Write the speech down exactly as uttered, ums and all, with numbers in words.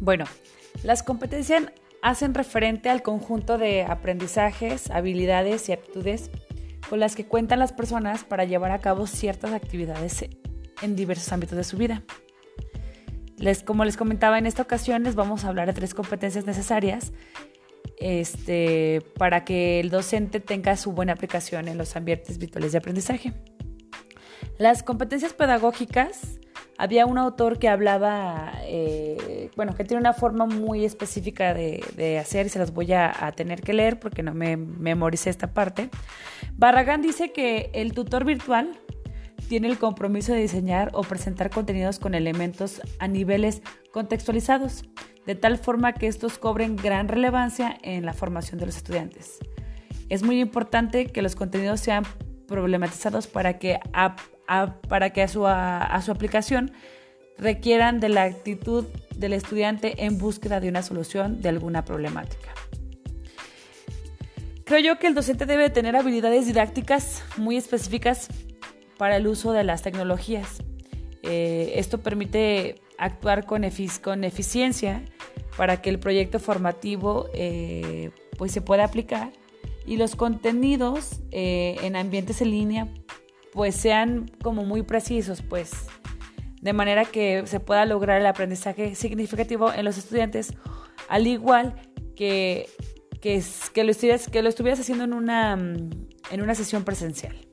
Bueno, las competencias hacen referente al conjunto de aprendizajes, habilidades y aptitudes con las que cuentan las personas para llevar a cabo ciertas actividades en diversos ámbitos de su vida. Les, como les comentaba, en esta ocasión les vamos a hablar de tres competencias necesarias este, para que el docente tenga su buena aplicación en los ambientes virtuales de aprendizaje. Las competencias pedagógicas, había un autor que hablaba, eh, bueno, que tiene una forma muy específica de, de hacer y se las voy a, a tener que leer porque no me memoricé esta parte. Barragán dice que el tutor virtual tiene el compromiso de diseñar o presentar contenidos con elementos a niveles contextualizados, de tal forma que estos cobren gran relevancia en la formación de los estudiantes. Es muy importante que los contenidos sean problematizados para que a, a, para que a su, a, a su aplicación requieran de la actitud del estudiante en búsqueda de una solución de alguna problemática. Creo yo que el docente debe tener habilidades didácticas muy específicas para el uso de las tecnologías. Eh, esto permite actuar con, efic- con eficiencia para que el proyecto formativo eh, pues se pueda aplicar y los contenidos eh, en ambientes en línea pues sean como muy precisos, pues de manera que se pueda lograr el aprendizaje significativo en los estudiantes, al igual que, que, que, lo, estuvieras, que lo estuvieras haciendo en una, en una sesión presencial.